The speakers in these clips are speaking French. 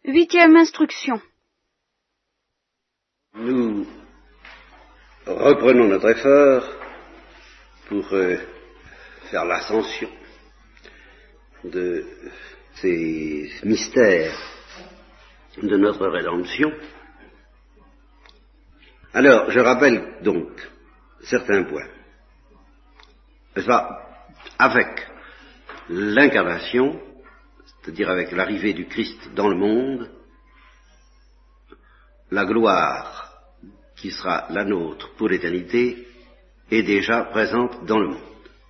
Huitième instruction. Nous reprenons notre effort pour faire l'ascension de ces mystères de notre rédemption. Alors, je rappelle donc certains points. N'est-ce pas? Avec l'incarnation, c'est-à-dire avec l'arrivée du Christ dans le monde, la gloire qui sera la nôtre pour l'éternité est déjà présente dans le monde.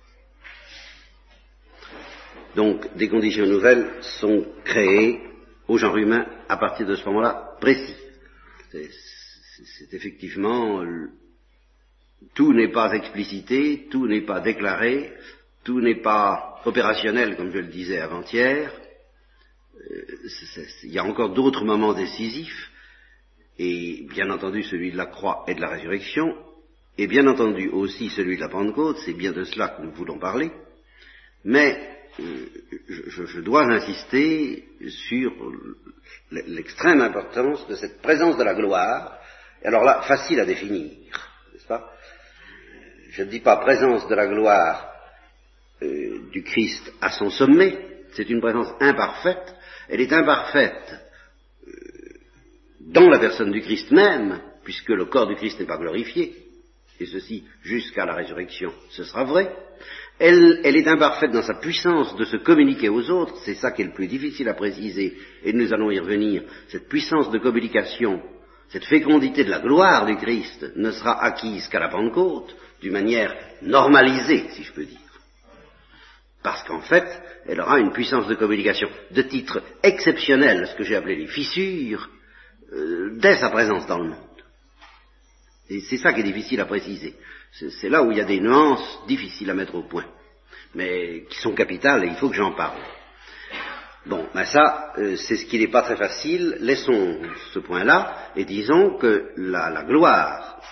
Donc, des conditions nouvelles sont créées au genre humain à partir de ce moment-là précis. C'est effectivement, tout n'est pas explicité, tout n'est pas déclaré, tout n'est pas opérationnel, comme je le disais avant-hier. Il y a encore d'autres moments décisifs, et bien entendu celui de la croix et de la résurrection, et bien entendu aussi celui de la Pentecôte, c'est bien de cela que nous voulons parler, mais je dois insister sur l'extrême importance de cette présence de la gloire, et alors là, facile à définir, n'est-ce pas? Je ne dis pas présence de la gloire du Christ à son sommet, c'est une présence imparfaite, elle est imparfaite dans la personne du Christ même, puisque le corps du Christ n'est pas glorifié, et ceci jusqu'à la résurrection, ce sera vrai. Elle est imparfaite dans sa puissance de se communiquer aux autres, c'est ça qui est le plus difficile à préciser, et nous allons y revenir. Cette puissance de communication, cette fécondité de la gloire du Christ ne sera acquise qu'à la Pentecôte, d'une manière normalisée, si je peux dire. Parce qu'en fait, elle aura une puissance de communication de titre exceptionnel, ce que j'ai appelé les fissures, dès sa présence dans le monde. Et c'est ça qui est difficile à préciser. C'est là où il y a des nuances difficiles à mettre au point, mais qui sont capitales et il faut que j'en parle. Bon, ben ça, c'est ce qui n'est pas très facile. Laissons ce point-là et disons que la gloire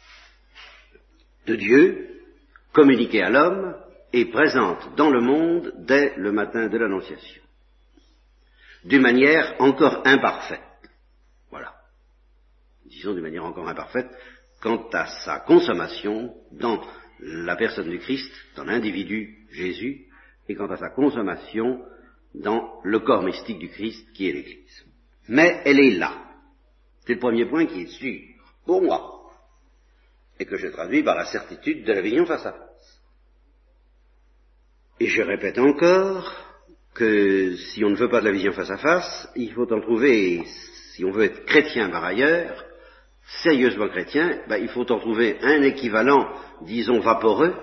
de Dieu, communiquée à l'homme, est présente dans le monde dès le matin de l'Annonciation, d'une manière encore imparfaite. Voilà. Disons d'une manière encore imparfaite quant à sa consommation dans la personne du Christ, dans l'individu Jésus, et quant à sa consommation dans le corps mystique du Christ qui est l'Église. Mais elle est là. C'est le premier point qui est sûr, pour moi, et que je traduis par la certitude de la vision face à face. Et je répète encore que si on ne veut pas de la vision face à face, il faut en trouver, si on veut être chrétien par ailleurs, sérieusement chrétien, il faut en trouver un équivalent, disons, vaporeux,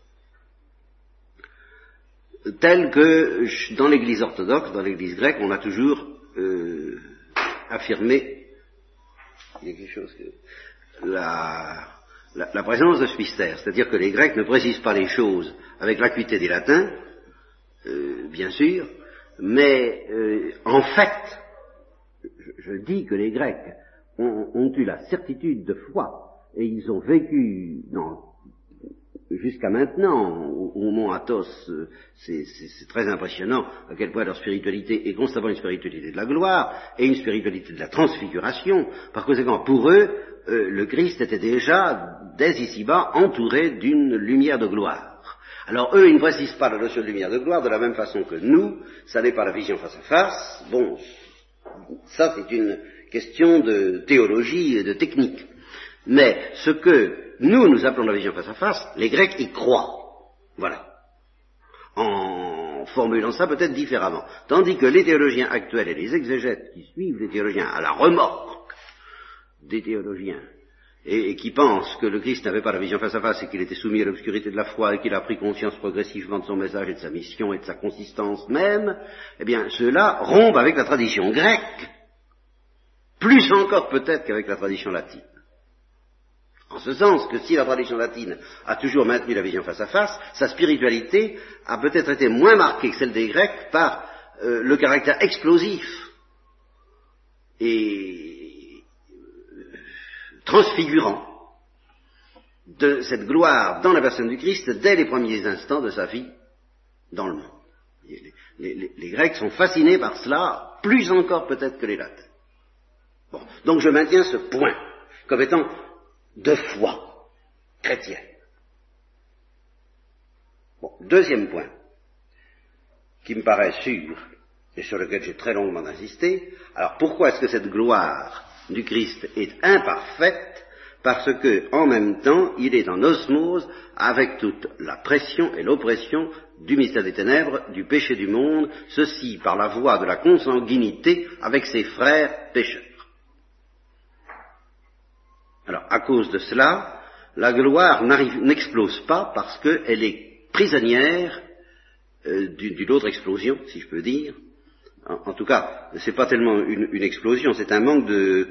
tel que dans l'Église orthodoxe, dans l'Église grecque, on a toujours affirmé, il y a quelque chose que la présence de ce mystère, c'est-à-dire que les Grecs ne précisent pas les choses avec l'acuité des Latins, bien sûr, mais en fait, je dis que les Grecs ont eu la certitude de foi, et ils ont vécu jusqu'à maintenant, au mont Athos, c'est très impressionnant à quel point leur spiritualité est constamment une spiritualité de la gloire, et une spiritualité de la transfiguration. Par conséquent, pour eux, le Christ était déjà, dès ici-bas, entouré d'une lumière de gloire. Alors eux, ils ne précisent pas la notion de lumière de gloire de la même façon que nous, ça n'est pas la vision face à face, bon, ça c'est une question de théologie et de technique. Mais ce que nous appelons la vision face à face, les Grecs y croient. Voilà. En formulant ça peut-être différemment. Tandis que les théologiens actuels et les exégètes qui suivent les théologiens à la remorque des théologiens et qui pensent que le Christ n'avait pas la vision face à face et qu'il était soumis à l'obscurité de la foi et qu'il a pris conscience progressivement de son message et de sa mission et de sa consistance même, eh bien ceux-là rompent avec la tradition grecque, plus encore peut-être qu'avec la tradition latine. En ce sens que si la tradition latine a toujours maintenu la vision face à face, sa spiritualité a peut-être été moins marquée que celle des Grecs par le caractère explosif et transfigurant de cette gloire dans la personne du Christ dès les premiers instants de sa vie dans le monde. Les Grecs sont fascinés par cela, plus encore peut-être que les latins. Bon, donc je maintiens ce point comme étant de foi chrétienne. Bon, deuxième point, qui me paraît sûr, et sur lequel j'ai très longuement insisté, alors pourquoi est-ce que cette gloire du Christ est imparfaite? Parce que, en même temps, il est en osmose avec toute la pression et l'oppression du mystère des ténèbres, du péché du monde, ceci par la voie de la consanguinité avec ses frères pécheurs. Alors, à cause de cela, la gloire n'explose pas parce qu'elle est prisonnière d'une autre explosion, si je peux dire. En tout cas, c'est pas tellement une explosion, c'est un manque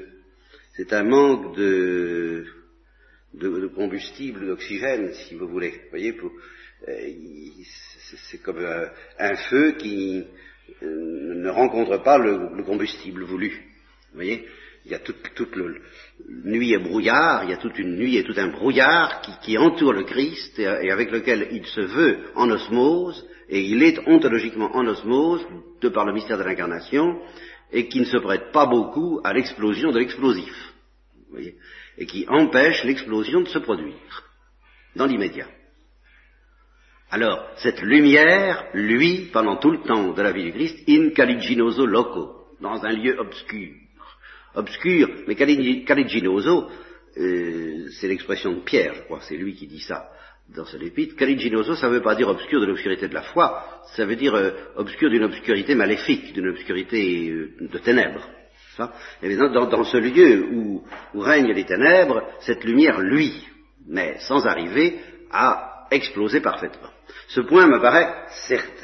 de combustible, d'oxygène, si vous voulez. Vous voyez, c'est comme un feu qui ne rencontre pas le combustible voulu. Vous voyez, il y a toute nuit et brouillard, il y a toute une nuit et tout un brouillard qui entoure le Christ et avec lequel il se veut en osmose, et il est ontologiquement en osmose de par le mystère de l'incarnation, et qui ne se prête pas beaucoup à l'explosion de l'explosif, vous voyez, et qui empêche l'explosion de se produire dans l'immédiat. Alors, cette lumière, lui, pendant tout le temps de la vie du Christ, in caliginoso loco, dans un lieu obscur, mais caliginoso, c'est l'expression de Pierre, je crois, c'est lui qui dit ça dans son épître. Caliginoso, ça ne veut pas dire obscur de l'obscurité de la foi, ça veut dire obscur d'une obscurité maléfique, d'une obscurité de ténèbres. Ça. Et bien dans ce lieu où règnent les ténèbres, cette lumière, lui, mais sans arriver à exploser parfaitement. Ce point me paraît certain.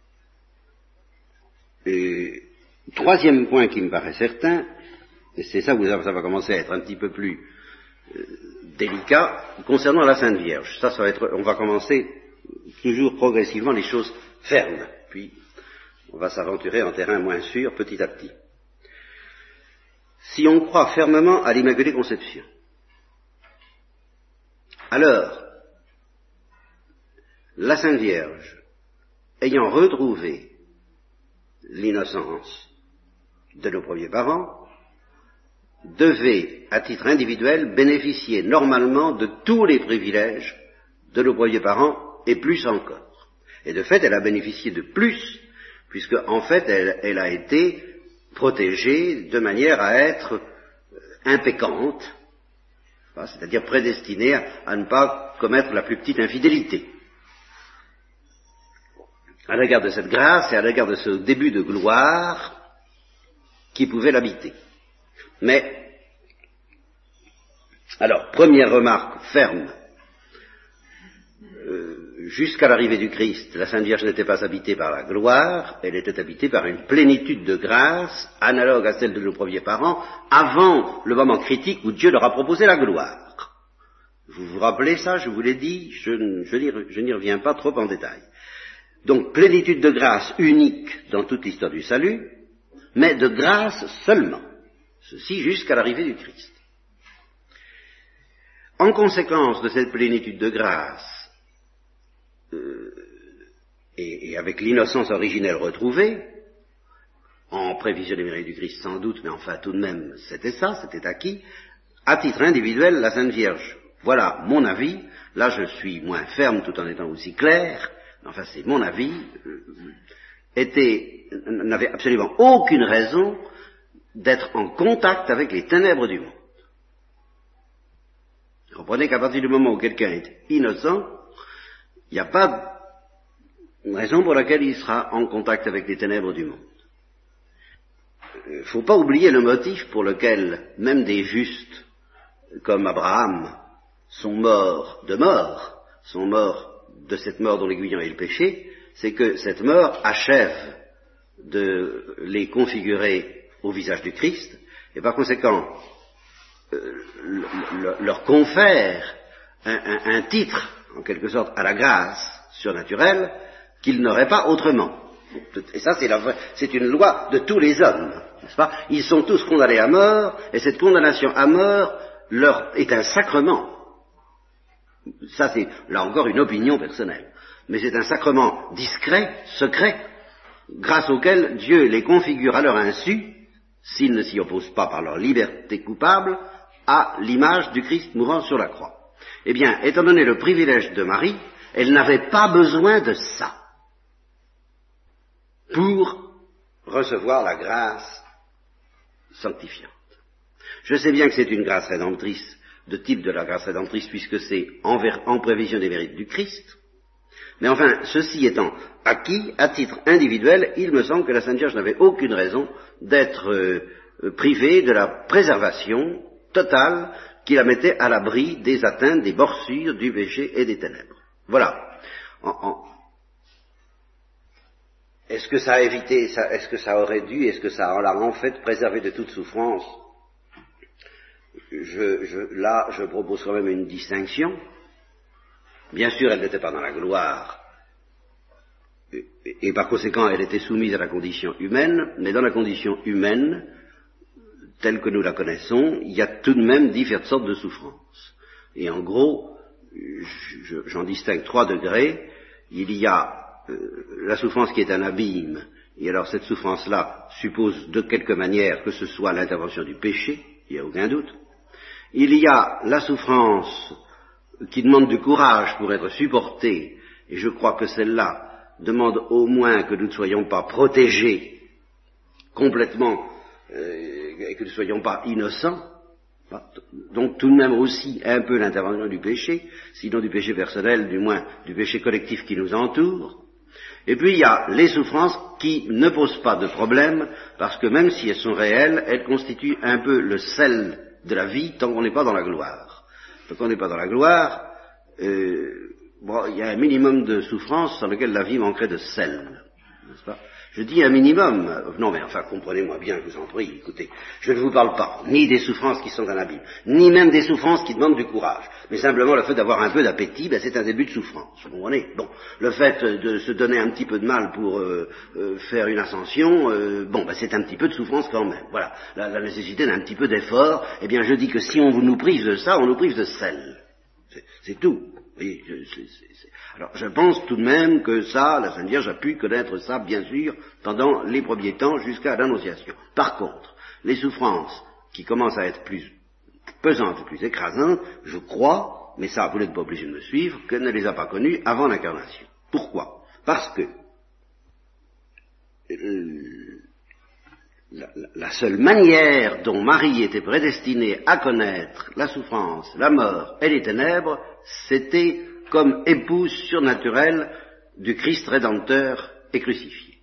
Et troisième point qui me paraît certain, et c'est ça où ça va commencer à être un petit peu plus délicat, concernant la Sainte Vierge. Ça va être, on va commencer toujours progressivement les choses fermes, puis on va s'aventurer en terrain moins sûr petit à petit. Si on croit fermement à l'Immaculée Conception, alors la Sainte Vierge, ayant retrouvé l'innocence de nos premiers parents, devait, à titre individuel, bénéficier normalement de tous les privilèges de nos premiers parents, et plus encore. Et de fait, elle a bénéficié de plus, puisque, en fait, elle a été protégée de manière à être impécante, c'est-à-dire prédestinée à ne pas commettre la plus petite infidélité. À l'égard de cette grâce et à l'égard de ce début de gloire qui pouvait l'habiter. Mais, alors, première remarque ferme, jusqu'à l'arrivée du Christ, la Sainte Vierge n'était pas habitée par la gloire, elle était habitée par une plénitude de grâce, analogue à celle de nos premiers parents, avant le moment critique où Dieu leur a proposé la gloire. Vous vous rappelez ça, je vous l'ai dit, je n'y reviens pas trop en détail. Donc, plénitude de grâce unique dans toute l'histoire du salut, mais de grâce seulement. Ceci jusqu'à l'arrivée du Christ. En conséquence de cette plénitude de grâce, et avec l'innocence originelle retrouvée, en prévision des mérites du Christ sans doute, mais enfin tout de même c'était ça, c'était acquis, à titre individuel, la Sainte Vierge, voilà mon avis, là je suis moins ferme tout en étant aussi clair, enfin c'est mon avis, n'avait absolument aucune raison d'être en contact avec les ténèbres du monde. Vous comprenez qu'à partir du moment où quelqu'un est innocent, il n'y a pas de raison pour laquelle il sera en contact avec les ténèbres du monde. Il ne faut pas oublier le motif pour lequel même des justes, comme Abraham, sont morts de cette mort dont l'aiguillon est le péché, c'est que cette mort achève de les configurer au visage du Christ, et par conséquent leur confère un titre, en quelque sorte, à la grâce surnaturelle qu'ils n'auraient pas autrement. Et ça, c'est une loi de tous les hommes, n'est-ce pas? Ils sont tous condamnés à mort, et cette condamnation à mort leur est un sacrement. Ça, c'est, là encore, une opinion personnelle. Mais c'est un sacrement discret, secret, grâce auxquels Dieu les configure à leur insu, s'ils ne s'y opposent pas par leur liberté coupable, à l'image du Christ mourant sur la croix. Eh bien, étant donné le privilège de Marie, elle n'avait pas besoin de ça pour recevoir la grâce sanctifiante. Je sais bien que c'est une grâce rédemptrice, de type de la grâce rédemptrice, puisque c'est en prévision des mérites du Christ, mais enfin, ceci étant acquis, à titre individuel, il me semble que la Sainte Vierge n'avait aucune raison d'être privée de la préservation totale qui la mettait à l'abri des atteintes, des morsures, du péché et des ténèbres. Voilà. Est-ce que ça a évité, est-ce que ça aurait dû, est-ce que ça l'a en fait préservé de toute souffrance? Là, je propose quand même une distinction. Bien sûr, elle n'était pas dans la gloire, et par conséquent, elle était soumise à la condition humaine, mais dans la condition humaine, telle que nous la connaissons, il y a tout de même différentes sortes de souffrances. Et en gros, j'en distingue 3 degrés. Il y a la souffrance qui est un abîme, et alors cette souffrance-là suppose de quelque manière que ce soit l'intervention du péché, il n'y a aucun doute. Il y a la souffrance qui demande du courage pour être supportée, et je crois que celle-là demande au moins que nous ne soyons pas protégés complètement, et que nous ne soyons pas innocents, donc tout de même aussi un peu l'intervention du péché, sinon du péché personnel, du moins du péché collectif qui nous entoure. Et puis il y a les souffrances qui ne posent pas de problème, parce que même si elles sont réelles, elles constituent un peu le sel de la vie tant qu'on n'est pas dans la gloire. Tant qu'on n'est pas dans la gloire, il y a un minimum de souffrances sans lequel la vie manquerait de sel, n'est-ce pas? Je dis un minimum, non mais enfin comprenez-moi bien, je vous en prie, écoutez, je ne vous parle pas ni des souffrances qui sont un abîme, ni même des souffrances qui demandent du courage, mais simplement le fait d'avoir un peu d'appétit, c'est un début de souffrance, vous comprenez? Bon, le fait de se donner un petit peu de mal pour faire une ascension, c'est un petit peu de souffrance quand même, voilà, la nécessité d'un petit peu d'effort, eh bien je dis que si on nous prive de ça, on nous prive de sel, c'est tout. Oui, alors je pense tout de même que ça, la Sainte Vierge a pu connaître ça, bien sûr, pendant les premiers temps jusqu'à l'Annonciation. Par contre, les souffrances qui commencent à être plus pesantes et plus écrasantes, je crois, mais ça vous n'êtes pas obligé de me suivre, qu'elle ne les a pas connues avant l'incarnation. Pourquoi? Parce que la seule manière dont Marie était prédestinée à connaître la souffrance, la mort et les ténèbres, c'était comme épouse surnaturelle du Christ rédempteur et crucifié.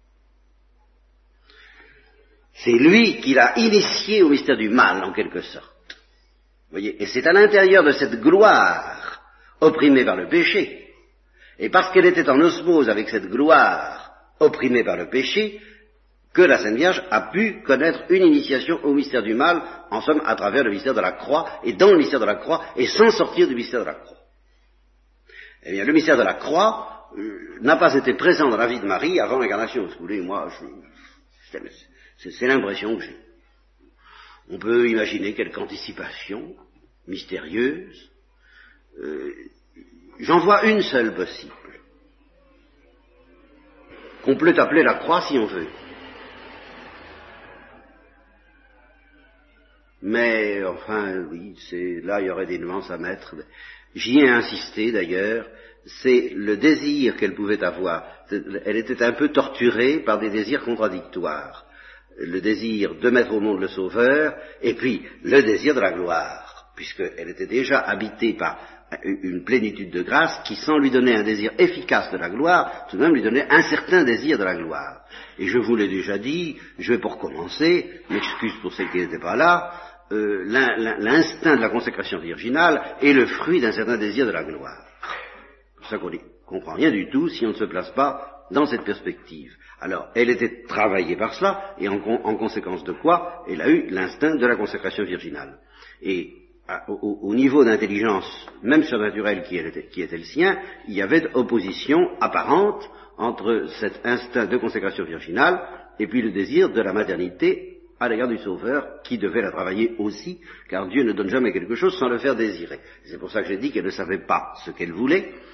C'est lui qui l'a initiée au mystère du mal, en quelque sorte. Vous voyez, et c'est à l'intérieur de cette gloire opprimée par le péché, et parce qu'elle était en osmose avec cette gloire opprimée par le péché, que la Sainte Vierge a pu connaître une initiation au mystère du mal, en somme à travers le mystère de la croix, et dans le mystère de la croix, et sans sortir du mystère de la croix. Eh bien, le mystère de la croix n'a pas été présent dans la vie de Marie avant l'incarnation. Vous voulez, moi, c'est l'impression que j'ai. On peut imaginer quelque anticipation mystérieuse. J'en vois une seule possible, qu'on peut appeler la croix si on veut. Mais, enfin, oui, là, il y aurait des nuances à mettre. J'y ai insisté, d'ailleurs, c'est le désir qu'elle pouvait avoir. Elle était un peu torturée par des désirs contradictoires. Le désir de mettre au monde le Sauveur, et puis le désir de la gloire, puisqu'elle était déjà habitée par une plénitude de grâce qui, sans lui donner un désir efficace de la gloire, tout de même lui donnait un certain désir de la gloire. Et je vous l'ai déjà dit, je vais pour commencer, m'excuse pour celles qui n'étaient pas là, l'instinct de la consécration virginale est le fruit d'un certain désir de la gloire. C'est pour ça qu'on ne comprend rien du tout si on ne se place pas dans cette perspective. Alors, elle était travaillée par cela, et en conséquence de quoi, elle a eu l'instinct de la consécration virginale. Et au niveau d'intelligence, même surnaturelle qui était le sien, il y avait opposition apparente entre cet instinct de consécration virginale et puis le désir de la maternité à l'égard du Sauveur, qui devait la travailler aussi, car Dieu ne donne jamais quelque chose sans le faire désirer. C'est pour ça que j'ai dit qu'elle ne savait pas ce qu'elle voulait,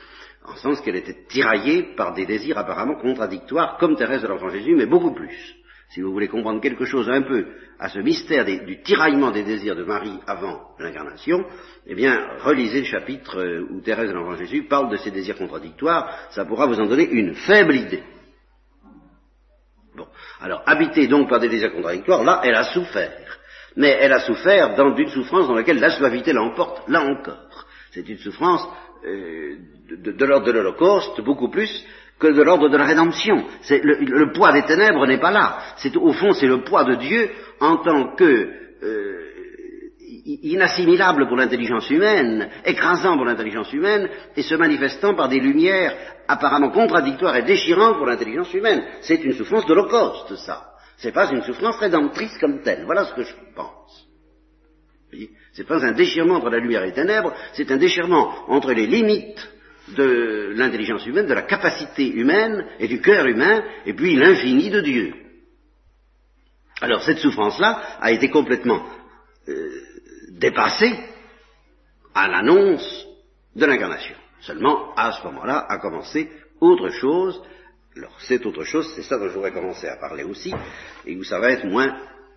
en sens qu'elle était tiraillée par des désirs apparemment contradictoires, comme Thérèse de l'Enfant Jésus, mais beaucoup plus. Si vous voulez comprendre quelque chose un peu à ce mystère du tiraillement des désirs de Marie avant l'incarnation, eh bien, relisez le chapitre où Thérèse de l'Enfant Jésus parle de ces désirs contradictoires, ça pourra vous en donner une faible idée. Bon, alors, habitée donc par des désirs contradictoires, là, elle a souffert. Mais elle a souffert d'une souffrance dans laquelle la suavité l'emporte, là encore. C'est une souffrance de l'ordre de l'Holocauste, beaucoup plus que de l'ordre de la rédemption. Le poids des ténèbres n'est pas là. Au fond, c'est le poids de Dieu en tant que inassimilable pour l'intelligence humaine, écrasant pour l'intelligence humaine, et se manifestant par des lumières apparemment contradictoires et déchirantes pour l'intelligence humaine. C'est une souffrance d'Holocauste, ça. C'est pas une souffrance rédemptrice comme telle. Voilà ce que je pense. C'est pas un déchirement entre la lumière et les ténèbres, c'est un déchirement entre les limites de l'intelligence humaine, de la capacité humaine et du cœur humain, et puis l'infini de Dieu. Alors cette souffrance-là a été complètement dépassée à l'annonce de l'incarnation. Seulement, à ce moment-là, a commencé autre chose. Alors cette autre chose, c'est ça dont je voudrais commencer à parler aussi, et où ça va être moins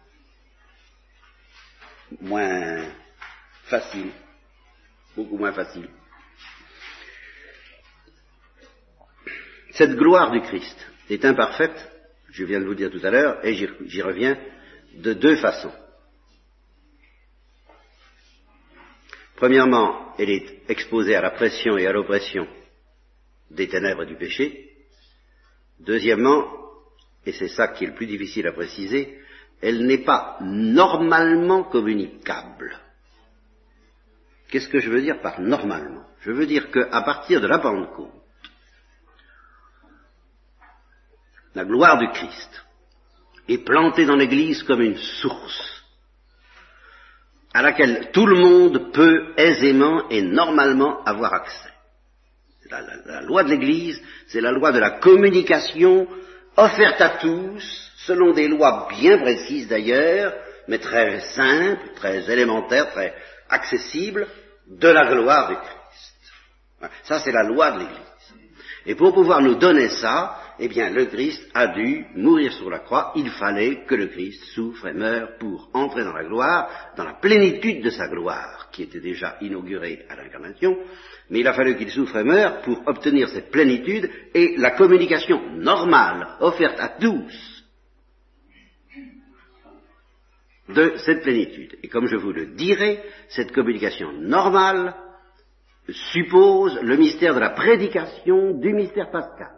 facile, beaucoup moins facile. Cette gloire du Christ est imparfaite, je viens de vous le dire tout à l'heure, et j'y reviens, de deux façons. Premièrement, elle est exposée à la pression et à l'oppression des ténèbres et du péché. Deuxièmement, et c'est ça qui est le plus difficile à préciser, elle n'est pas normalement communicable. Qu'est-ce que je veux dire par normalement? Je veux dire qu'à partir de la Pentecôte, la gloire du Christ est plantée dans l'Église comme une source à laquelle tout le monde peut aisément et normalement avoir accès. La loi de l'Église, c'est la loi de la communication offerte à tous, selon des lois bien précises d'ailleurs, mais très simples, très élémentaires, très accessibles, de la gloire du Christ. Ça, c'est la loi de l'Église. Et pour pouvoir nous donner ça, eh bien, le Christ a dû mourir sur la croix. Il fallait que le Christ souffre et meure pour entrer dans la gloire, dans la plénitude de sa gloire, qui était déjà inaugurée à l'incarnation. Mais il a fallu qu'il souffre et meure pour obtenir cette plénitude et la communication normale offerte à tous de cette plénitude. Et comme je vous le dirai, cette communication normale suppose le mystère de la prédication du mystère pascal.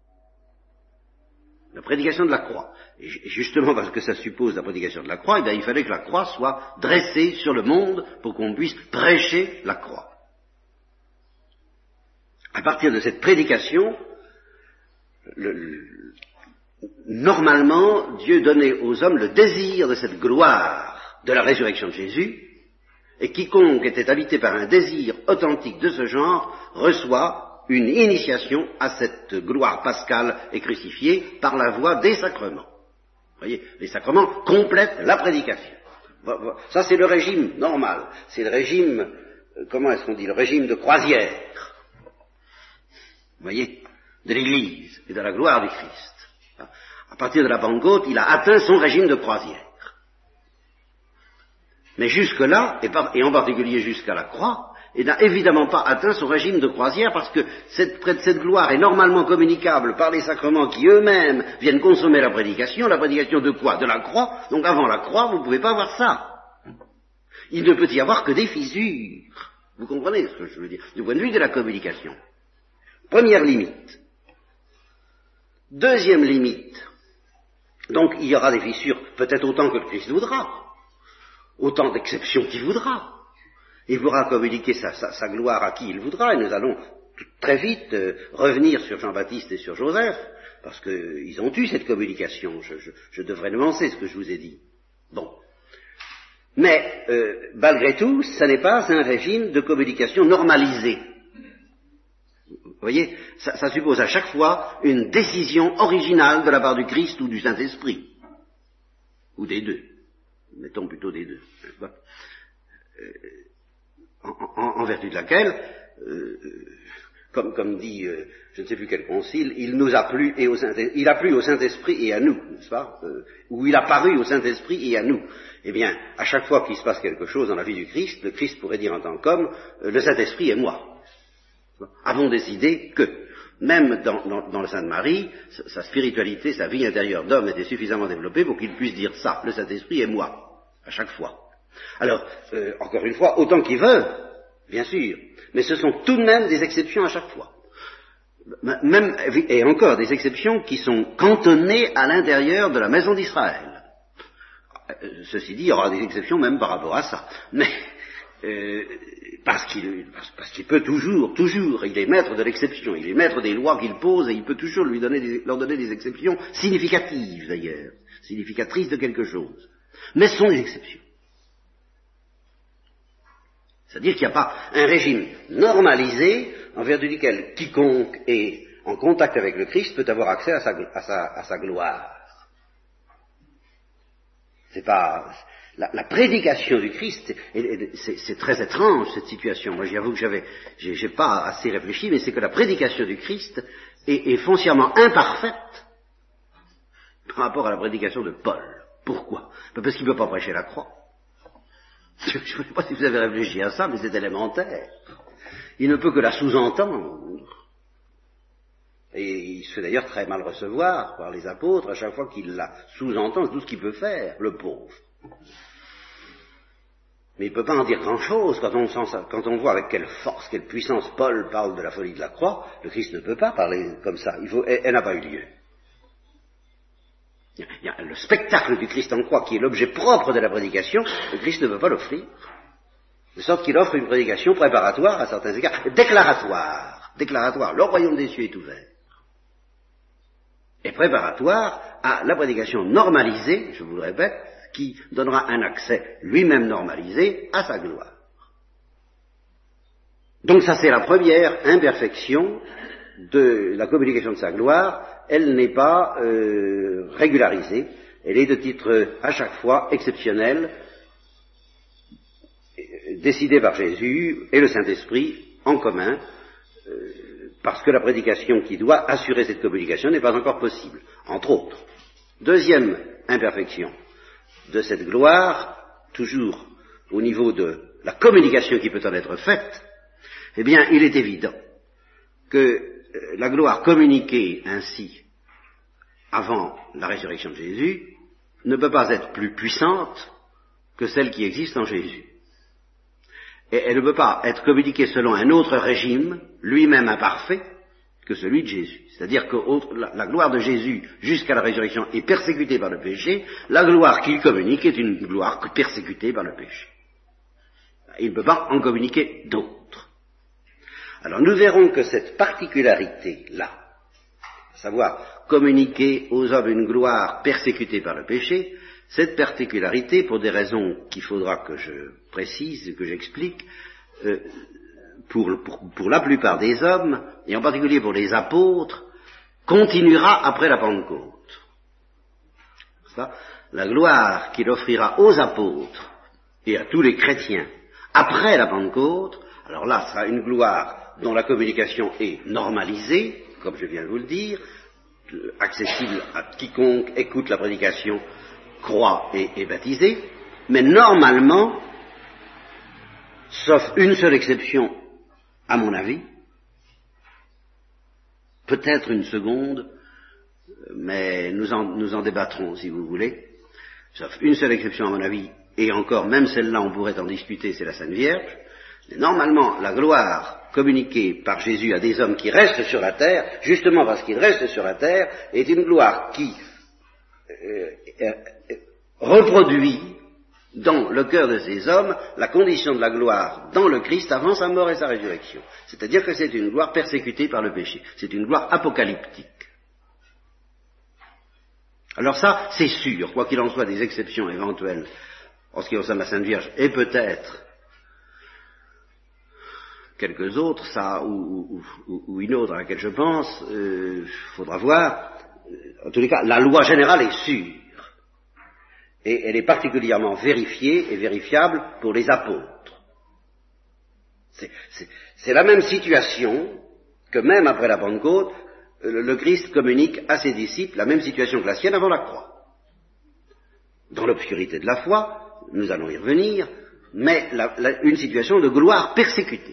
La prédication de la croix. Et justement parce que ça suppose la prédication de la croix, eh bien, il fallait que la croix soit dressée sur le monde pour qu'on puisse prêcher la croix. À partir de cette prédication, normalement, Dieu donnait aux hommes le désir de cette gloire de la résurrection de Jésus, et quiconque était habité par un désir authentique de ce genre reçoit une initiation à cette gloire pascale et crucifiée par la voie des sacrements. Vous voyez, les sacrements complètent la prédication. Ça, c'est le régime normal. C'est le régime, comment est-ce qu'on dit, le régime de croisière. Vous voyez, de l'Église et de la gloire du Christ. À partir de la Pentecôte, il a atteint son régime de croisière. Mais jusque-là, et en particulier jusqu'à la croix, il n'a évidemment pas atteint son régime de croisière parce que cette gloire est normalement communicable par les sacrements qui eux-mêmes viennent consommer la prédication de quoi? De la croix. Donc avant la croix, vous ne pouvez pas voir ça. Il ne peut y avoir que des fissures. Vous comprenez ce que je veux dire? Du point de vue de la communication. Première limite. Deuxième limite. Donc il y aura des fissures peut-être autant que le Christ voudra. Autant d'exceptions qu'il voudra. Il voudra communiquer sa gloire à qui il voudra, et nous allons très vite revenir sur Jean-Baptiste et sur Joseph, parce qu'ils ont eu cette communication. Je devrais nuancer ce que je vous ai dit. Bon. Mais, malgré tout, ça n'est pas un régime de communication normalisé. Vous voyez, ça suppose à chaque fois une décision originale de la part du Christ ou du Saint-Esprit. Ou des deux. Mettons plutôt des deux. En vertu de laquelle Comme dit, je ne sais plus quel concile, il nous a plu et il a plu au Saint-Esprit et à nous, n'est-ce pas, ou il a paru au Saint-Esprit et à nous. Eh bien, à chaque fois qu'il se passe quelque chose dans la vie du Christ, le Christ pourrait dire en tant qu'homme, le Saint-Esprit et moi. Avons décidé que, même dans le Sainte Marie, sa spiritualité, sa vie intérieure d'homme était suffisamment développée pour qu'il puisse dire ça, le Saint-Esprit et moi, à chaque fois. Alors, encore une fois, autant qu'il veut, bien sûr, mais ce sont tout de même des exceptions à chaque fois. Même, et encore, des exceptions qui sont cantonnées à l'intérieur de la maison d'Israël. Ceci dit, il y aura des exceptions même par rapport à ça. Mais, parce qu'il peut toujours, il est maître de l'exception, il est maître des lois qu'il pose et il peut toujours leur donner des exceptions significatives d'ailleurs, significatrices de quelque chose. Mais ce sont des exceptions. C'est-à-dire qu'il n'y a pas un régime normalisé en vertu duquel quiconque est en contact avec le Christ peut avoir accès à sa gloire. C'est pas la prédication du Christ, c'est très étrange cette situation. Moi, j'avoue que j'ai pas assez réfléchi, mais c'est que la prédication du Christ est foncièrement imparfaite par rapport à la prédication de Paul. Pourquoi? Parce qu'il ne peut pas prêcher la croix. Je ne sais pas si vous avez réfléchi à ça, mais c'est élémentaire. Il ne peut que la sous-entendre. Et il se fait d'ailleurs très mal recevoir par les apôtres à chaque fois qu'il la sous-entend, c'est tout ce qu'il peut faire, le pauvre. Mais il ne peut pas en dire grand-chose quand on voit avec quelle force, quelle puissance Paul parle de la folie de la croix. Le Christ ne peut pas parler comme ça. Elle n'a pas eu lieu. Il y a le spectacle du Christ en croix qui est l'objet propre de la prédication, le Christ ne peut pas l'offrir. De sorte qu'il offre une prédication préparatoire à certains égards, déclaratoire, le royaume des cieux est ouvert. Et préparatoire à la prédication normalisée, je vous le répète, qui donnera un accès lui-même normalisé à sa gloire. Donc ça c'est la première imperfection de la communication de sa gloire. Elle n'est pas régularisée, elle est de titre à chaque fois exceptionnel, décidée par Jésus et le Saint-Esprit en commun, parce que la prédication qui doit assurer cette communication n'est pas encore possible, entre autres. Deuxième imperfection de cette gloire, toujours au niveau de la communication qui peut en être faite, eh bien, il est évident que la gloire communiquée ainsi avant la résurrection de Jésus ne peut pas être plus puissante que celle qui existe en Jésus. Et elle ne peut pas être communiquée selon un autre régime, lui-même imparfait, que celui de Jésus. C'est-à-dire que la gloire de Jésus, jusqu'à la résurrection, est persécutée par le péché, la gloire qu'il communique est une gloire persécutée par le péché. Il ne peut pas en communiquer d'autre. Alors nous verrons que cette particularité-là, à savoir communiquer aux hommes une gloire persécutée par le péché, cette particularité, pour des raisons qu'il faudra que je précise, que j'explique, pour la plupart des hommes, et en particulier pour les apôtres, continuera après la Pentecôte. Ça, la gloire qu'il offrira aux apôtres et à tous les chrétiens après la Pentecôte, alors là, ce sera une gloire dont la communication est normalisée, comme je viens de vous le dire, accessible à quiconque écoute la prédication, croit et est baptisé, mais normalement, sauf une seule exception, à mon avis, peut-être une seconde, mais nous en débattrons si vous voulez, sauf une seule exception à mon avis, et encore, même celle-là on pourrait en discuter, c'est la Sainte Vierge, mais normalement la gloire communiquée par Jésus à des hommes qui restent sur la terre, justement parce qu'ils restent sur la terre, est une gloire qui reproduit dans le cœur de ces hommes la condition de la gloire dans le Christ avant sa mort et sa résurrection. C'est-à-dire que c'est une gloire persécutée par le péché. C'est une gloire apocalyptique. Alors ça, c'est sûr, quoi qu'il en soit des exceptions éventuelles en ce qui concerne la Sainte Vierge, et peut-être quelques autres, ça ou une autre à laquelle je pense, faudra voir. En tous les cas, la loi générale est sûre. Et elle est particulièrement vérifiée et vérifiable pour les apôtres. C'est la même situation que même après la Pentecôte, le Christ communique à ses disciples la même situation que la sienne avant la croix. Dans l'obscurité de la foi, nous allons y revenir, mais une situation de gloire persécutée.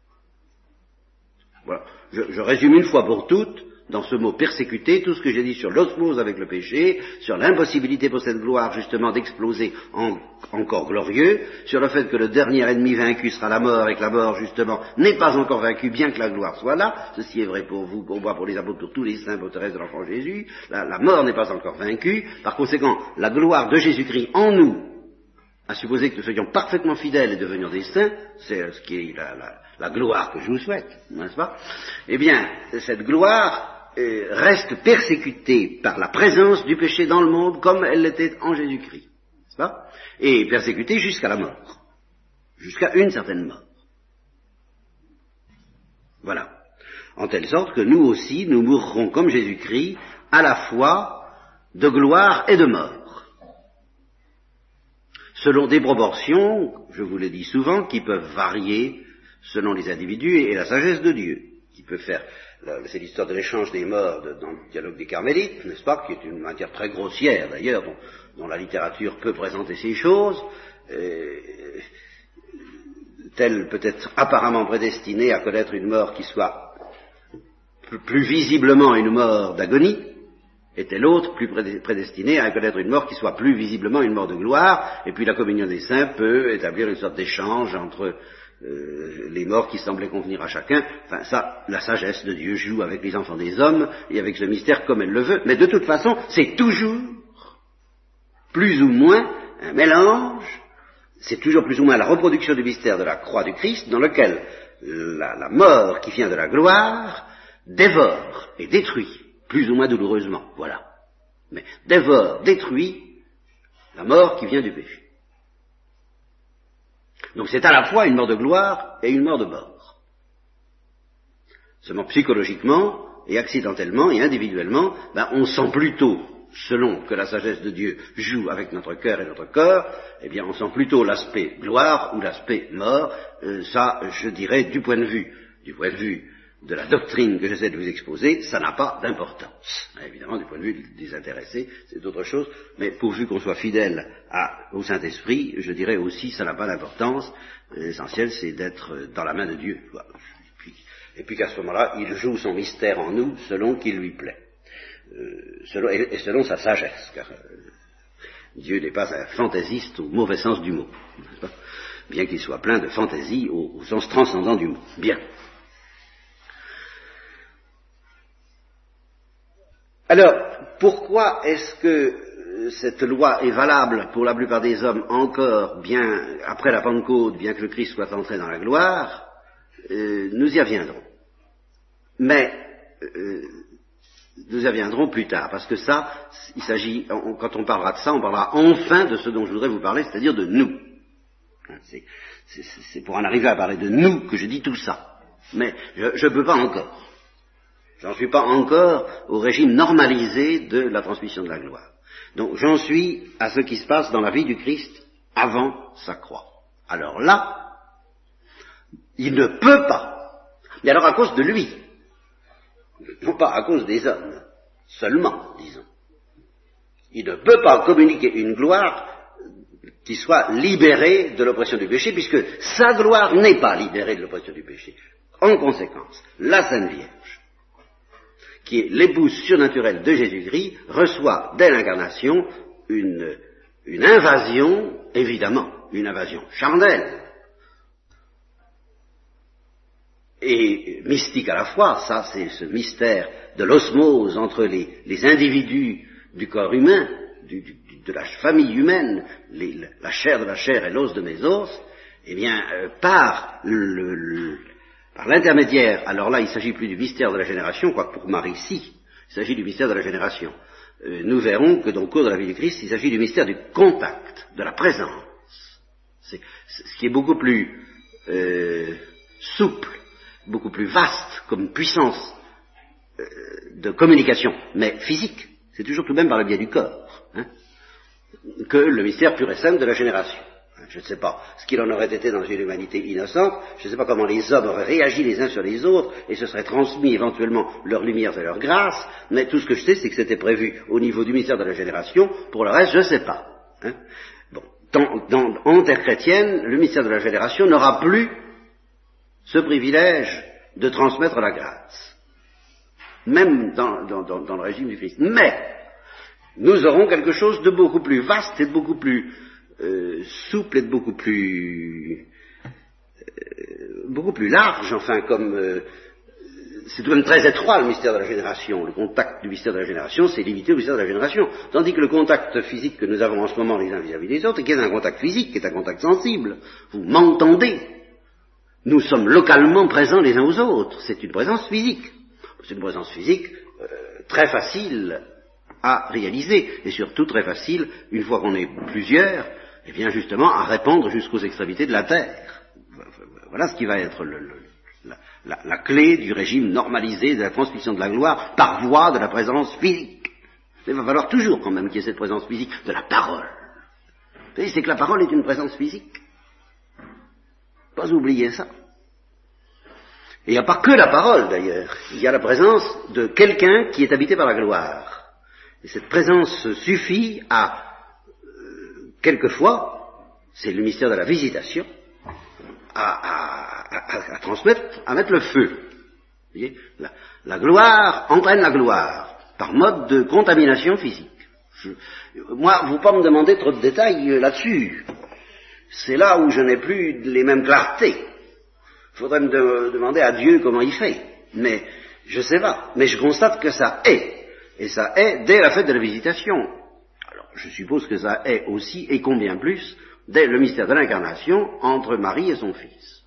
Voilà. Je résume une fois pour toutes, dans ce mot persécuté, tout ce que j'ai dit sur l'osmose avec le péché, sur l'impossibilité pour cette gloire justement d'exploser encore glorieux, sur le fait que le dernier ennemi vaincu sera la mort et que la mort justement n'est pas encore vaincue bien que la gloire soit là. Ceci est vrai pour vous, pour moi, pour les apôtres, pour tous les saints, pour Thérèse de l'Enfant Jésus. La mort n'est pas encore vaincue. Par conséquent, la gloire de Jésus-Christ en nous, à supposer que nous soyons parfaitement fidèles et devenions des saints, c'est ce qui est la gloire que je vous souhaite, n'est-ce pas? Eh bien, cette gloire reste persécutée par la présence du péché dans le monde comme elle l'était en Jésus-Christ, n'est-ce pas? Et persécutée jusqu'à la mort, jusqu'à une certaine mort. Voilà. En telle sorte que nous aussi, nous mourrons comme Jésus-Christ, à la fois de gloire et de mort. Selon des proportions, je vous l'ai dit souvent, qui peuvent varier selon les individus et la sagesse de Dieu, qui peut faire, c'est l'histoire de l'échange des morts dans le dialogue des Carmélites, n'est-ce pas, qui est une matière très grossière d'ailleurs, dont la littérature peut présenter ces choses, telle peut-être apparemment prédestinée à connaître une mort qui soit plus visiblement une mort d'agonie, était l'autre plus prédestiné à connaître une mort qui soit plus visiblement une mort de gloire, et puis la communion des saints peut établir une sorte d'échange entre les morts qui semblaient convenir à chacun. Enfin ça, la sagesse de Dieu joue avec les enfants des hommes et avec ce mystère comme elle le veut, mais de toute façon, c'est toujours plus ou moins un mélange, c'est toujours plus ou moins la reproduction du mystère de la croix du Christ, dans lequel la mort qui vient de la gloire dévore et détruit, plus ou moins douloureusement, voilà. Mais dévore, détruit la mort qui vient du péché. Donc c'est à la fois une mort de gloire et une mort de mort. Seulement psychologiquement et accidentellement et individuellement, on sent plutôt, selon que la sagesse de Dieu joue avec notre cœur et notre corps, eh bien on sent plutôt l'aspect gloire ou l'aspect mort. Ça, je dirais, du point de vue de la doctrine que j'essaie de vous exposer, ça n'a pas d'importance. Évidemment, du point de vue des intéressés, c'est autre chose, mais pourvu qu'on soit fidèle au Saint-Esprit, je dirais aussi, ça n'a pas d'importance. L'essentiel, c'est d'être dans la main de Dieu. Et puis qu'à ce moment-là, il joue son mystère en nous selon qu'il lui plaît. Et selon sa sagesse, car Dieu n'est pas un fantaisiste au mauvais sens du mot, n'est-ce pas, bien qu'il soit plein de fantaisie au sens transcendant du mot. Bien. Alors, pourquoi est-ce que cette loi est valable pour la plupart des hommes encore, bien après la Pentecôte, bien que le Christ soit entré dans la gloire? Nous y reviendrons. Mais nous y reviendrons plus tard, parce que ça, il s'agit, quand on parlera de ça, on parlera enfin de ce dont je voudrais vous parler, c'est-à-dire de nous. C'est pour en arriver à parler de nous que je dis tout ça. Mais je ne peux pas encore. J'en suis pas encore au régime normalisé de la transmission de la gloire. Donc j'en suis à ce qui se passe dans la vie du Christ avant sa croix. Alors là, il ne peut pas, mais alors à cause de lui, non pas à cause des hommes, seulement, disons. Il ne peut pas communiquer une gloire qui soit libérée de l'oppression du péché, puisque sa gloire n'est pas libérée de l'oppression du péché. En conséquence, la Sainte Vierge, qui est l'épouse surnaturelle de Jésus-Christ, reçoit dès l'incarnation une invasion, évidemment, une invasion charnelle, et mystique à la fois. Ça, c'est ce mystère de l'osmose entre les individus du corps humain, de la famille humaine, la chair de la chair et l'os de mes os, eh bien, par l'intermédiaire, alors là, il ne s'agit plus du mystère de la génération, quoique pour Marie, si, il s'agit du mystère de la génération. Nous verrons que dans le cours de la vie du Christ, il s'agit du mystère du contact, de la présence. C'est ce qui est beaucoup plus souple, beaucoup plus vaste comme puissance de communication, mais physique, c'est toujours tout de même par le biais du corps, que le mystère pur et simple de la génération. Je ne sais pas ce qu'il en aurait été dans une humanité innocente, je ne sais pas comment les hommes auraient réagi les uns sur les autres, et se seraient transmis éventuellement leurs lumières et leurs grâces, mais tout ce que je sais, c'est que c'était prévu au niveau du mystère de la génération. Pour le reste, je ne sais pas. Hein. Bon. En terre chrétienne, le mystère de la génération n'aura plus ce privilège de transmettre la grâce, même dans le régime du Christ. Mais nous aurons quelque chose de beaucoup plus vaste et de beaucoup plus souple et de beaucoup plus large, enfin, comme c'est tout de même très étroit le mystère de la génération. Le contact du mystère de la génération, c'est limité au mystère de la génération. Tandis que le contact physique que nous avons en ce moment les uns vis-à-vis des autres, qui est un contact physique, qui est un contact sensible, vous m'entendez, nous sommes localement présents les uns aux autres, c'est une présence physique. C'est une présence physique très facile à réaliser, et surtout très facile, une fois qu'on est plusieurs, et bien justement à répandre jusqu'aux extrémités de la terre. Voilà ce qui va être la clé du régime normalisé de la transmission de la gloire par voie de la présence physique. Il va falloir toujours quand même qu'il y ait cette présence physique de la parole. Vous savez, c'est que la parole est une présence physique. Pas oublier ça. Et il n'y a pas que la parole d'ailleurs, il y a la présence de quelqu'un qui est habité par la gloire. Et cette présence suffit à, quelquefois, c'est le mystère de la visitation, à transmettre, à mettre le feu. Vous voyez, la gloire entraîne la gloire, par mode de contamination physique. Moi, vous ne pouvez pas me demander trop de détails là-dessus. C'est là où je n'ai plus les mêmes clartés. Il faudrait me demander à Dieu comment il fait. Mais je ne sais pas. Mais je constate que ça est. Et ça est dès la fête de la visitation. Alors, je suppose que ça est aussi, et combien plus, dès le mystère de l'incarnation entre Marie et son Fils.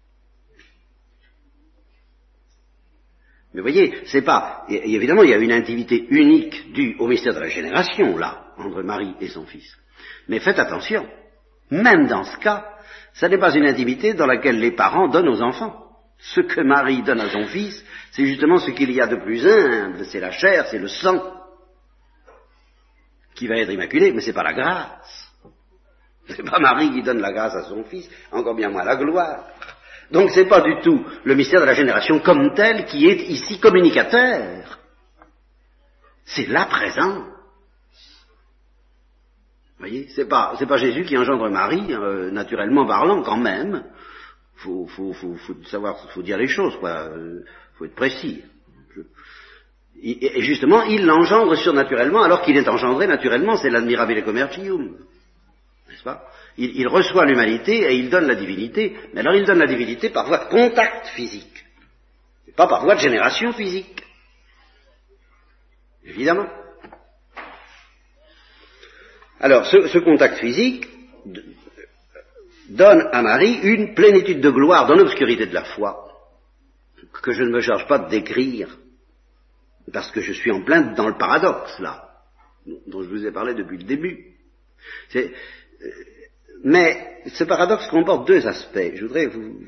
Mais vous voyez, c'est pas... Et évidemment, il y a une intimité unique due au mystère de la génération, là, entre Marie et son Fils. Mais faites attention, même dans ce cas, ça n'est pas une intimité dans laquelle les parents donnent aux enfants. Ce que Marie donne à son Fils, c'est justement ce qu'il y a de plus humble, c'est la chair, c'est le sang, qui va être immaculé, mais c'est pas la grâce. C'est pas Marie qui donne la grâce à son Fils, encore bien moins la gloire. Donc c'est pas du tout le mystère de la génération comme tel qui est ici communicateur. C'est la présence. Vous voyez, c'est pas Jésus qui engendre Marie, naturellement parlant quand même. Faut savoir, faut dire les choses, quoi. Faut être précis. Et justement, il l'engendre surnaturellement, alors qu'il est engendré naturellement, c'est l'admirabile commercium. N'est-ce pas? Il reçoit l'humanité et il donne la divinité, mais alors il donne la divinité par voie de contact physique, et pas par voie de génération physique. Évidemment. Alors, ce contact physique donne à Marie une plénitude de gloire dans l'obscurité de la foi, que je ne me charge pas de décrire, parce que je suis en plein dans le paradoxe, là, dont je vous ai parlé depuis le début. Mais ce paradoxe comporte deux aspects. Je voudrais vous...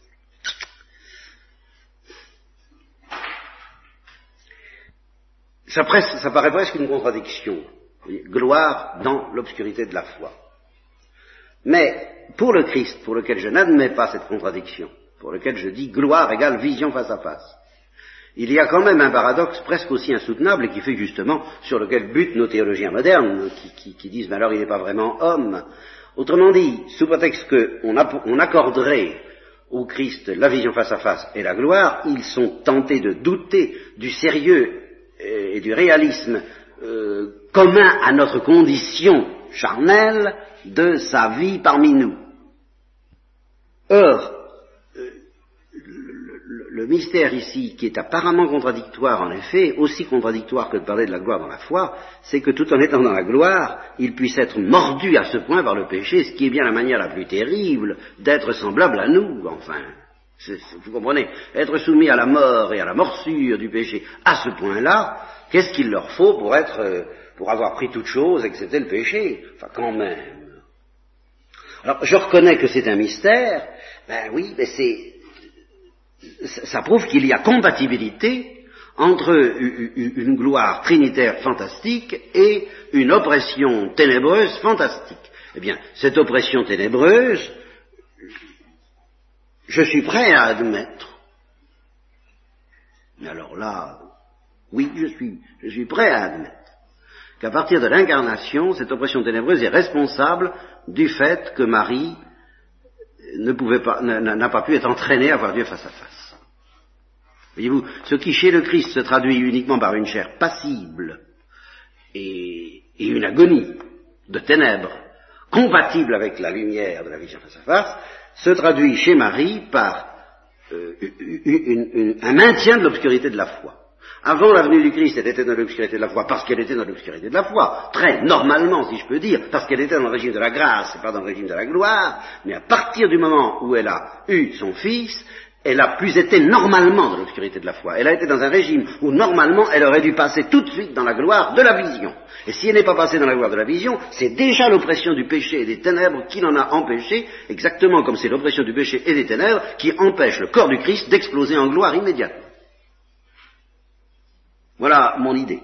Ça paraît presque une contradiction. Gloire dans l'obscurité de la foi. Mais pour le Christ, pour lequel je n'admets pas cette contradiction, pour lequel je dis gloire égale vision face à face, il y a quand même un paradoxe presque aussi insoutenable et qui fait justement sur lequel butent nos théologiens modernes, qui disent mais alors il n'est pas vraiment homme. Autrement dit, sous prétexte qu'on accorderait au Christ la vision face à face et la gloire, ils sont tentés de douter du sérieux et du réalisme commun à notre condition charnelle de sa vie parmi nous. Or, le mystère ici, qui est apparemment contradictoire en effet, aussi contradictoire que de parler de la gloire dans la foi, c'est que tout en étant dans la gloire, il puisse être mordu à ce point par le péché, ce qui est bien la manière la plus terrible d'être semblable à nous, enfin. Vous comprenez? Être soumis à la mort et à la morsure du péché à ce point-là, qu'est-ce qu'il leur faut pour avoir pris toute chose et que c'était le péché? Enfin, quand même. Alors, je reconnais que c'est un mystère, ben oui, mais ça prouve qu'il y a compatibilité entre une gloire trinitaire fantastique et une oppression ténébreuse fantastique. Eh bien, cette oppression ténébreuse, je suis prêt à admettre. Mais alors là, oui, je suis prêt à admettre qu'à partir de l'incarnation, cette oppression ténébreuse est responsable du fait que Marie n'a pas pu être entraînée à voir Dieu face à face. Voyez-vous, ce qui chez le Christ se traduit uniquement par une chair passible et une agonie de ténèbres compatible avec la lumière de la vision face à face, se traduit chez Marie par un maintien de l'obscurité de la foi. Avant la venue du Christ, elle était dans l'obscurité de la foi parce qu'elle était dans l'obscurité de la foi, très normalement si je peux dire, parce qu'elle était dans le régime de la grâce et pas dans le régime de la gloire, mais à partir du moment où elle a eu son Fils, elle a plus été normalement dans l'obscurité de la foi. Elle a été dans un régime où normalement elle aurait dû passer tout de suite dans la gloire de la vision. Et si elle n'est pas passée dans la gloire de la vision, c'est déjà l'oppression du péché et des ténèbres qui l'en a empêché, exactement comme c'est l'oppression du péché et des ténèbres qui empêche le corps du Christ d'exploser en gloire immédiatement. Voilà mon idée.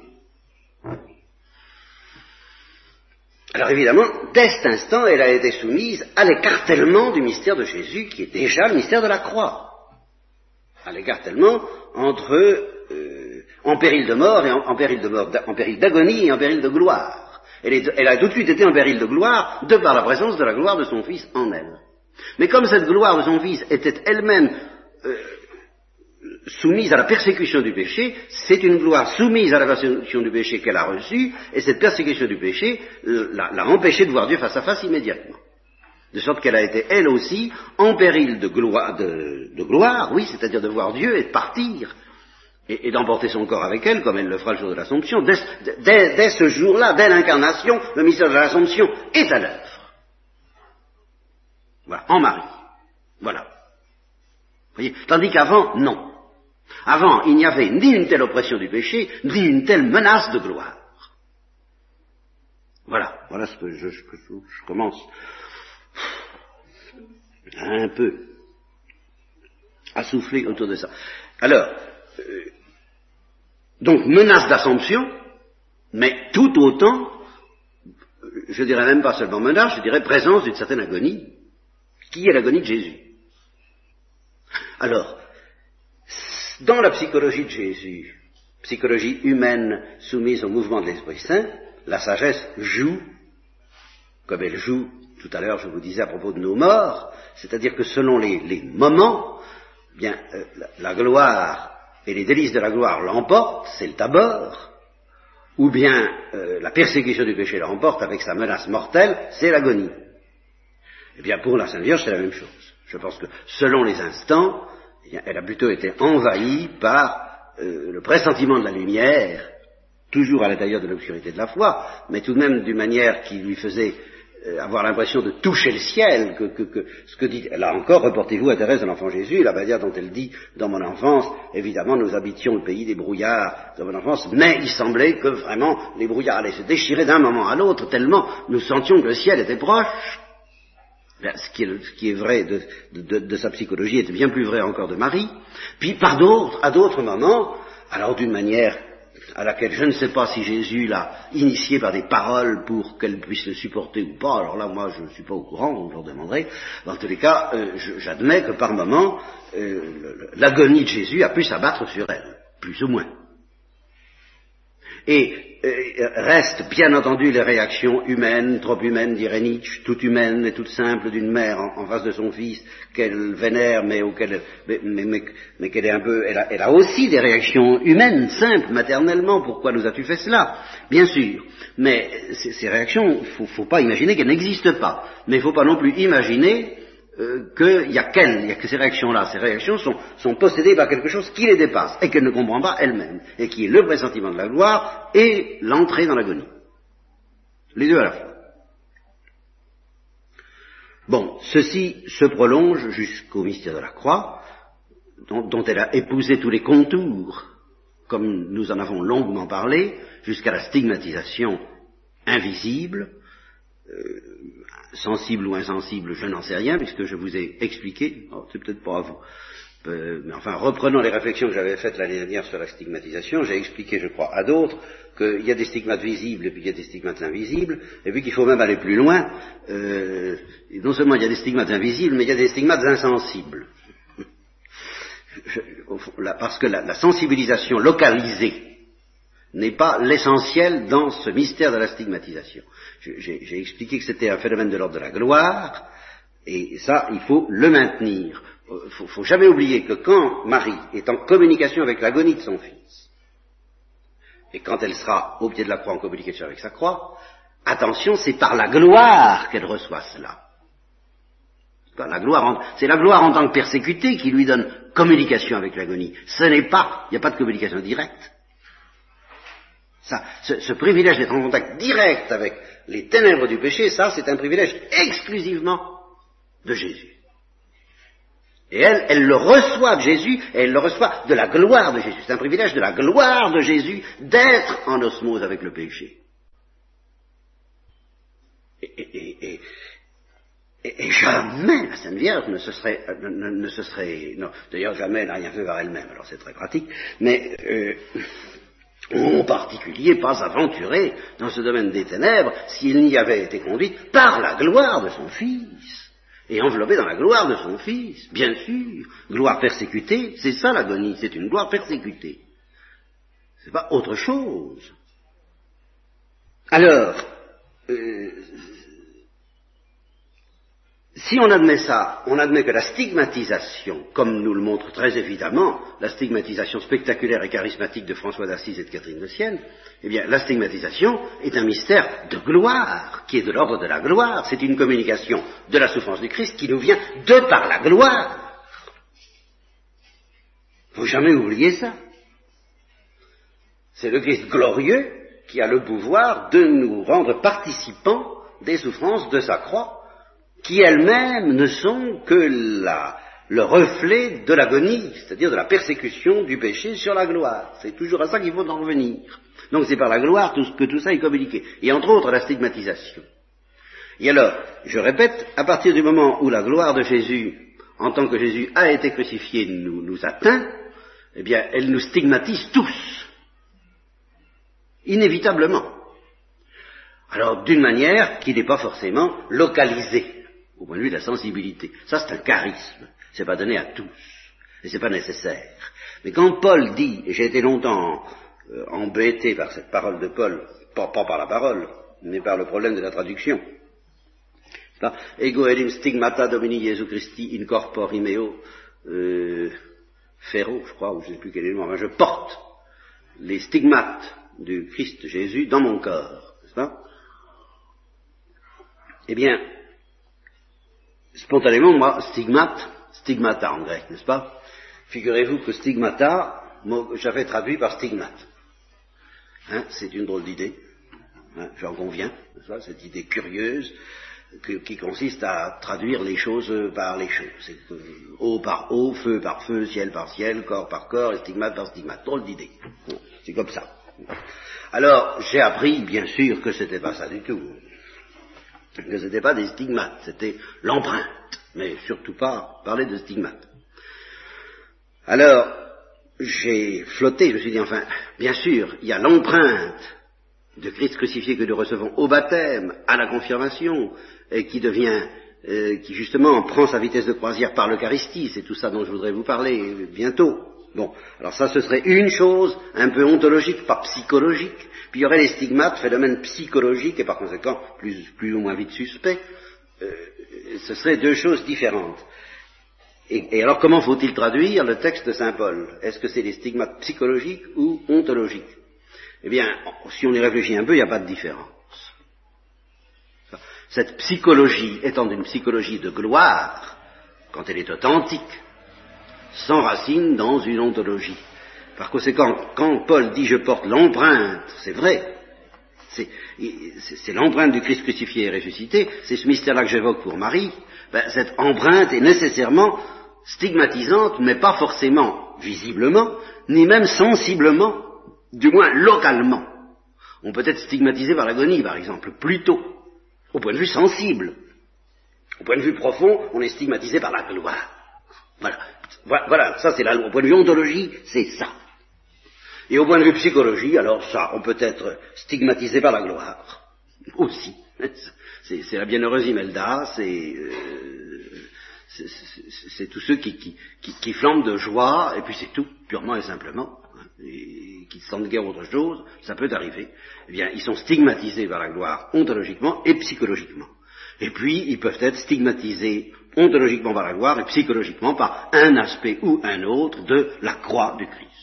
Alors évidemment, dès cet instant, elle a été soumise à l'écartèlement du mystère de Jésus, qui est déjà le mystère de la croix. À l'écartèlement entre en péril de mort et en péril d'agonie et en péril de gloire. Elle a tout de suite été en péril de gloire de par la présence de la gloire de son Fils en elle. Mais comme cette gloire de son Fils était elle-même soumise à la persécution du péché, c'est une gloire soumise à la persécution du péché qu'elle a reçue, et cette persécution du péché l'a empêchée de voir Dieu face à face immédiatement. De sorte qu'elle a été, elle aussi, en péril de gloire, oui, c'est-à-dire de voir Dieu et de partir, et d'emporter son corps avec elle, comme elle le fera le jour de l'Assomption. Dès ce jour-là, dès l'incarnation, le mystère de l'Assomption est à l'œuvre. Voilà, en Marie. Voilà. Vous voyez, tandis qu'avant, non. Avant, il n'y avait ni une telle oppression du péché, ni une telle menace de gloire. Voilà ce que je commence un peu à souffler autour de ça. Alors, donc menace d'Assomption, mais tout autant, je dirais même pas seulement menace, je dirais présence d'une certaine agonie, qui est l'agonie de Jésus. Alors, dans la psychologie de Jésus, psychologie humaine soumise au mouvement de l'Esprit Saint, la sagesse joue, comme elle joue, tout à l'heure je vous disais à propos de nos morts, c'est-à-dire que selon les moments, bien, la gloire et les délices de la gloire l'emportent, c'est le tabord, ou bien la persécution du péché l'emporte avec sa menace mortelle, c'est l'agonie. Eh bien, pour la Sainte Vierge, c'est la même chose. Je pense que selon les instants, elle a plutôt été envahie par le pressentiment de la lumière, toujours à l'intérieur de l'obscurité de la foi, mais tout de même d'une manière qui lui faisait avoir l'impression de toucher le ciel, ce que dit, là encore, reportez-vous à Thérèse de l'Enfant Jésus, la manière dont elle dit, dans mon enfance, évidemment, nous habitions le pays des brouillards dans mon enfance, mais il semblait que vraiment les brouillards allaient se déchirer d'un moment à l'autre, tellement nous sentions que le ciel était proche. Bien, ce qui est vrai de sa psychologie était bien plus vrai encore de Marie. Puis à d'autres moments, alors d'une manière à laquelle je ne sais pas si Jésus l'a initiée par des paroles pour qu'elle puisse le supporter ou pas, alors là moi je ne suis pas au courant, donc je leur demanderai. Dans tous les cas, j'admets que par moments, l'agonie de Jésus a pu s'abattre sur elle, plus ou moins. Et restent bien entendu les réactions humaines, trop humaines, dirait Nietzsche, toutes humaines et toutes simples d'une mère en face de son fils qu'elle vénère, mais qu'elle est un peu, elle a aussi des réactions humaines, simples, maternellement. Pourquoi nous as-tu fait cela? Bien sûr, mais ces réactions, faut pas imaginer qu'elles n'existent pas, mais il faut pas non plus imaginer qu'il y a que ces réactions-là. Ces réactions sont possédées par quelque chose qui les dépasse et qu'elle ne comprend pas elle-même, et qui est le pressentiment de la gloire et l'entrée dans l'agonie. Les deux à la fois. Bon, ceci se prolonge jusqu'au mystère de la croix, dont elle a épousé tous les contours, comme nous en avons longuement parlé, jusqu'à la stigmatisation invisible, sensible ou insensible, je n'en sais rien, puisque je vous ai expliqué, c'est peut-être pas à vous, Mais enfin, reprenons les réflexions que j'avais faites l'année dernière sur la stigmatisation, j'ai expliqué, je crois, à d'autres, qu'il y a des stigmates visibles et puis il y a des stigmates invisibles, et puis qu'il faut même aller plus loin. Non seulement il y a des stigmates invisibles, mais il y a des stigmates insensibles. Parce que la sensibilisation localisée n'est pas l'essentiel dans ce mystère de la stigmatisation. J'ai expliqué que c'était un phénomène de l'ordre de la gloire, et ça, il faut le maintenir. Faut jamais oublier que quand Marie est en communication avec l'agonie de son fils, et quand elle sera au pied de la croix en communication avec sa croix, attention, c'est par la gloire qu'elle reçoit cela. C'est la gloire en tant que persécutée qui lui donne communication avec l'agonie. Il n'y a pas de communication directe. Ce privilège d'être en contact direct avec les ténèbres du péché, ça, c'est un privilège exclusivement de Jésus. Et elle le reçoit de Jésus, et elle le reçoit de la gloire de Jésus. C'est un privilège de la gloire de Jésus d'être en osmose avec le péché. Et jamais la Sainte Vierge ne se serait, non, d'ailleurs jamais elle n'a rien fait par elle-même, alors c'est très pratique, mais en particulier pas aventurée dans ce domaine des ténèbres s'il n'y avait été conduite par la gloire de son Fils. Et enveloppé dans la gloire de son Fils, bien sûr, gloire persécutée, c'est ça l'agonie, c'est une gloire persécutée. C'est pas autre chose. Alors, si on admet ça, on admet que la stigmatisation, comme nous le montre très évidemment la stigmatisation spectaculaire et charismatique de François d'Assise et de Catherine de Sienne, eh bien la stigmatisation est un mystère de gloire, qui est de l'ordre de la gloire. C'est une communication de la souffrance du Christ qui nous vient de par la gloire. Il ne faut jamais oublier ça. C'est le Christ glorieux qui a le pouvoir de nous rendre participants des souffrances de sa croix, qui elles-mêmes ne sont que le reflet de l'agonie, c'est-à-dire de la persécution du péché sur la gloire. C'est toujours à ça qu'il faut en revenir. Donc c'est par la gloire que tout ça est communiqué. Et entre autres la stigmatisation. Et alors, je répète, à partir du moment où la gloire de Jésus, en tant que Jésus a été crucifié, nous atteint, eh bien, elle nous stigmatise tous. Inévitablement. Alors, d'une manière qui n'est pas forcément localisée, au point de vue de la sensibilité. Ça, c'est un charisme. C'est pas donné à tous. Et c'est pas nécessaire. Mais quand Paul dit, et j'ai été longtemps embêté par cette parole de Paul, pas par la parole, mais par le problème de la traduction. Ego elim stigmata domini Jesu Christi in corpore meo ferro, je crois, ou je ne sais plus quel est le mot. Enfin, je porte les stigmates du Christ Jésus dans mon corps. N'est-ce pas? Eh bien, spontanément, moi, stigmata en grec, n'est-ce pas? Figurez-vous que stigmata, j'avais traduit par stigmate. Hein, c'est une drôle d'idée, hein, j'en conviens, n'est-ce pas? Cette idée curieuse qui consiste à traduire les choses par les choses. C'est eau par eau, feu par feu, ciel par ciel, corps par corps, et stigmate par stigmate. Drôle d'idée. Bon, c'est comme ça. Alors, j'ai appris, bien sûr, que c'était pas ça du tout. Que c'était pas des stigmates, c'était l'empreinte, mais surtout pas parler de stigmates. Alors, j'ai flotté, je me suis dit, enfin, bien sûr, il y a l'empreinte de Christ crucifié que nous recevons au baptême, à la confirmation, et qui devient, qui justement prend sa vitesse de croisière par l'Eucharistie, c'est tout ça dont je voudrais vous parler bientôt. Bon, alors ça ce serait une chose un peu ontologique, pas psychologique, puis il y aurait les stigmates, phénomènes psychologiques, et par conséquent plus ou moins vite suspects, ce seraient deux choses différentes. Et alors comment faut-il traduire le texte de saint Paul? Est-ce que c'est des stigmates psychologiques ou ontologiques? Eh bien, si on y réfléchit un peu, il n'y a pas de différence. Cette psychologie étant une psychologie de gloire, quand elle est authentique, s'enracine dans une ontologie. Par conséquent, quand Paul dit « je porte l'empreinte », c'est vrai, c'est l'empreinte du Christ crucifié et ressuscité, c'est ce mystère-là que j'évoque pour Marie, cette empreinte est nécessairement stigmatisante, mais pas forcément visiblement, ni même sensiblement, du moins localement. On peut être stigmatisé par l'agonie, par exemple, plutôt, au point de vue sensible. Au point de vue profond, on est stigmatisé par la gloire. Voilà, ça c'est la loi. Au point de vue ontologie, c'est ça. Et au point de vue psychologie, alors ça, on peut être stigmatisé par la gloire. Aussi. C'est la bienheureuse Imelda, c'est tous ceux qui flambent de joie, et puis c'est tout, purement et simplement, et qui ne sentent guère autre chose, ça peut arriver. Eh bien, ils sont stigmatisés par la gloire ontologiquement et psychologiquement. Et puis, ils peuvent être stigmatisés ontologiquement par la gloire et psychologiquement par un aspect ou un autre de la croix du Christ.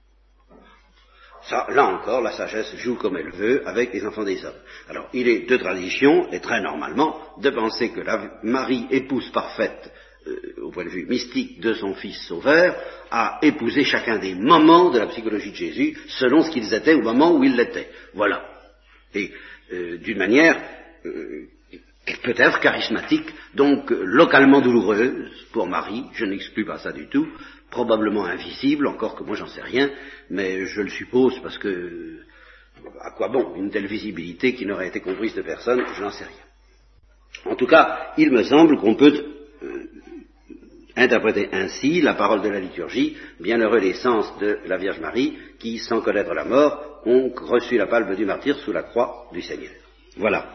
Ça, là encore, la sagesse joue comme elle veut avec les enfants des hommes. Alors, il est de tradition, et très normalement, de penser que la Marie, épouse parfaite, au point de vue mystique de son Fils Sauveur, a épousé chacun des moments de la psychologie de Jésus, selon ce qu'ils étaient au moment où ils l'étaient. Voilà. Et d'une manière peut-être charismatique, donc localement douloureuse pour Marie, je n'exclus pas ça du tout, probablement invisible, encore que moi j'en sais rien, mais je le suppose parce que, à quoi bon, une telle visibilité qui n'aurait été comprise de personne, je n'en sais rien. En tout cas, il me semble qu'on peut interpréter ainsi la parole de la liturgie, bienheureux les sens de la Vierge Marie, qui, sans connaître la mort, ont reçu la palme du martyr sous la croix du Seigneur. Voilà.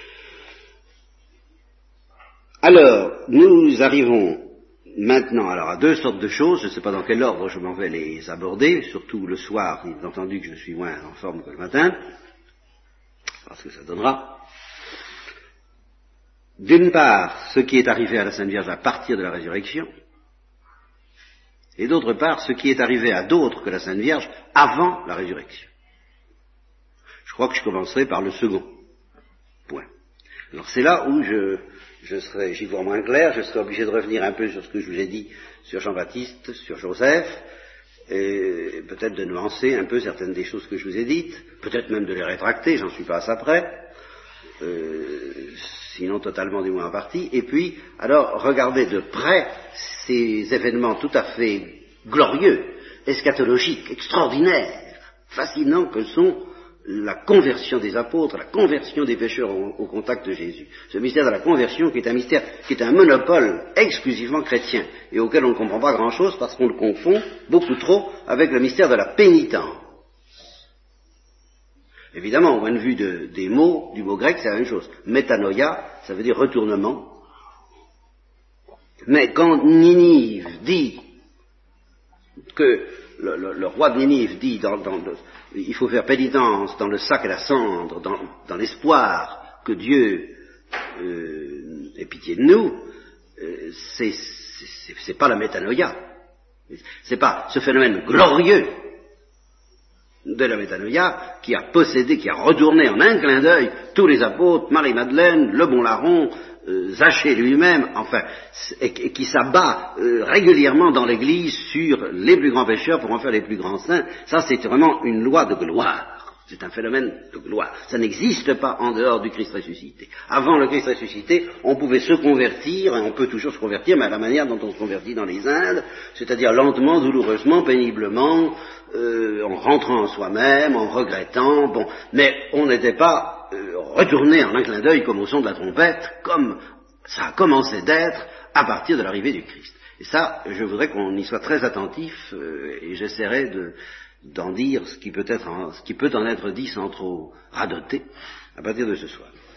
Alors, nous arrivons maintenant à deux sortes de choses, je ne sais pas dans quel ordre je m'en vais les aborder, surtout le soir, il est entendu que je suis moins en forme que le matin, parce que ça donnera. D'une part, ce qui est arrivé à la Sainte Vierge à partir de la résurrection, et d'autre part, ce qui est arrivé à d'autres que la Sainte Vierge avant la résurrection. Je crois que je commencerai par le second point. Alors c'est là où j'y vois moins clair, je serai obligé de revenir un peu sur ce que je vous ai dit sur Jean-Baptiste, sur Joseph, et peut-être de nuancer un peu certaines des choses que je vous ai dites, peut-être même de les rétracter, j'en suis pas à ça près, sinon totalement du moins en partie, et puis alors regardez de près ces événements tout à fait glorieux, eschatologiques, extraordinaires, fascinants que sont la conversion des apôtres, la conversion des pécheurs au contact de Jésus. Ce mystère de la conversion qui est un mystère, qui est un monopole exclusivement chrétien et auquel on ne comprend pas grand-chose parce qu'on le confond beaucoup trop avec le mystère de la pénitence. Évidemment, au point de vue des mots, du mot grec, c'est la même chose. Métanoïa, ça veut dire retournement. Mais quand Ninive dit que le roi de Ninive dit il faut faire pénitence dans le sac et la cendre, dans l'espoir que Dieu ait pitié de nous, c'est pas la métanoïa. C'est pas ce phénomène glorieux de la métanoïa qui a possédé, qui a retourné en un clin d'œil tous les apôtres, Marie-Madeleine, le bon larron, Zachée lui-même, enfin, et qui s'abat régulièrement dans l'Église sur les plus grands pécheurs pour en faire les plus grands saints. Ça, c'est vraiment une loi de gloire. C'est un phénomène de gloire. Ça n'existe pas en dehors du Christ ressuscité. Avant le Christ ressuscité, on pouvait se convertir, et on peut toujours se convertir, mais à la manière dont on se convertit dans les Indes, c'est-à-dire lentement, douloureusement, péniblement, en rentrant en soi-même, en regrettant, bon, mais on n'était pas retourné en un clin d'œil comme au son de la trompette, comme ça a commencé d'être à partir de l'arrivée du Christ. Et ça, je voudrais qu'on y soit très attentif, et j'essaierai d'en dire ce qui peut en être dit sans trop radoter à partir de ce soir.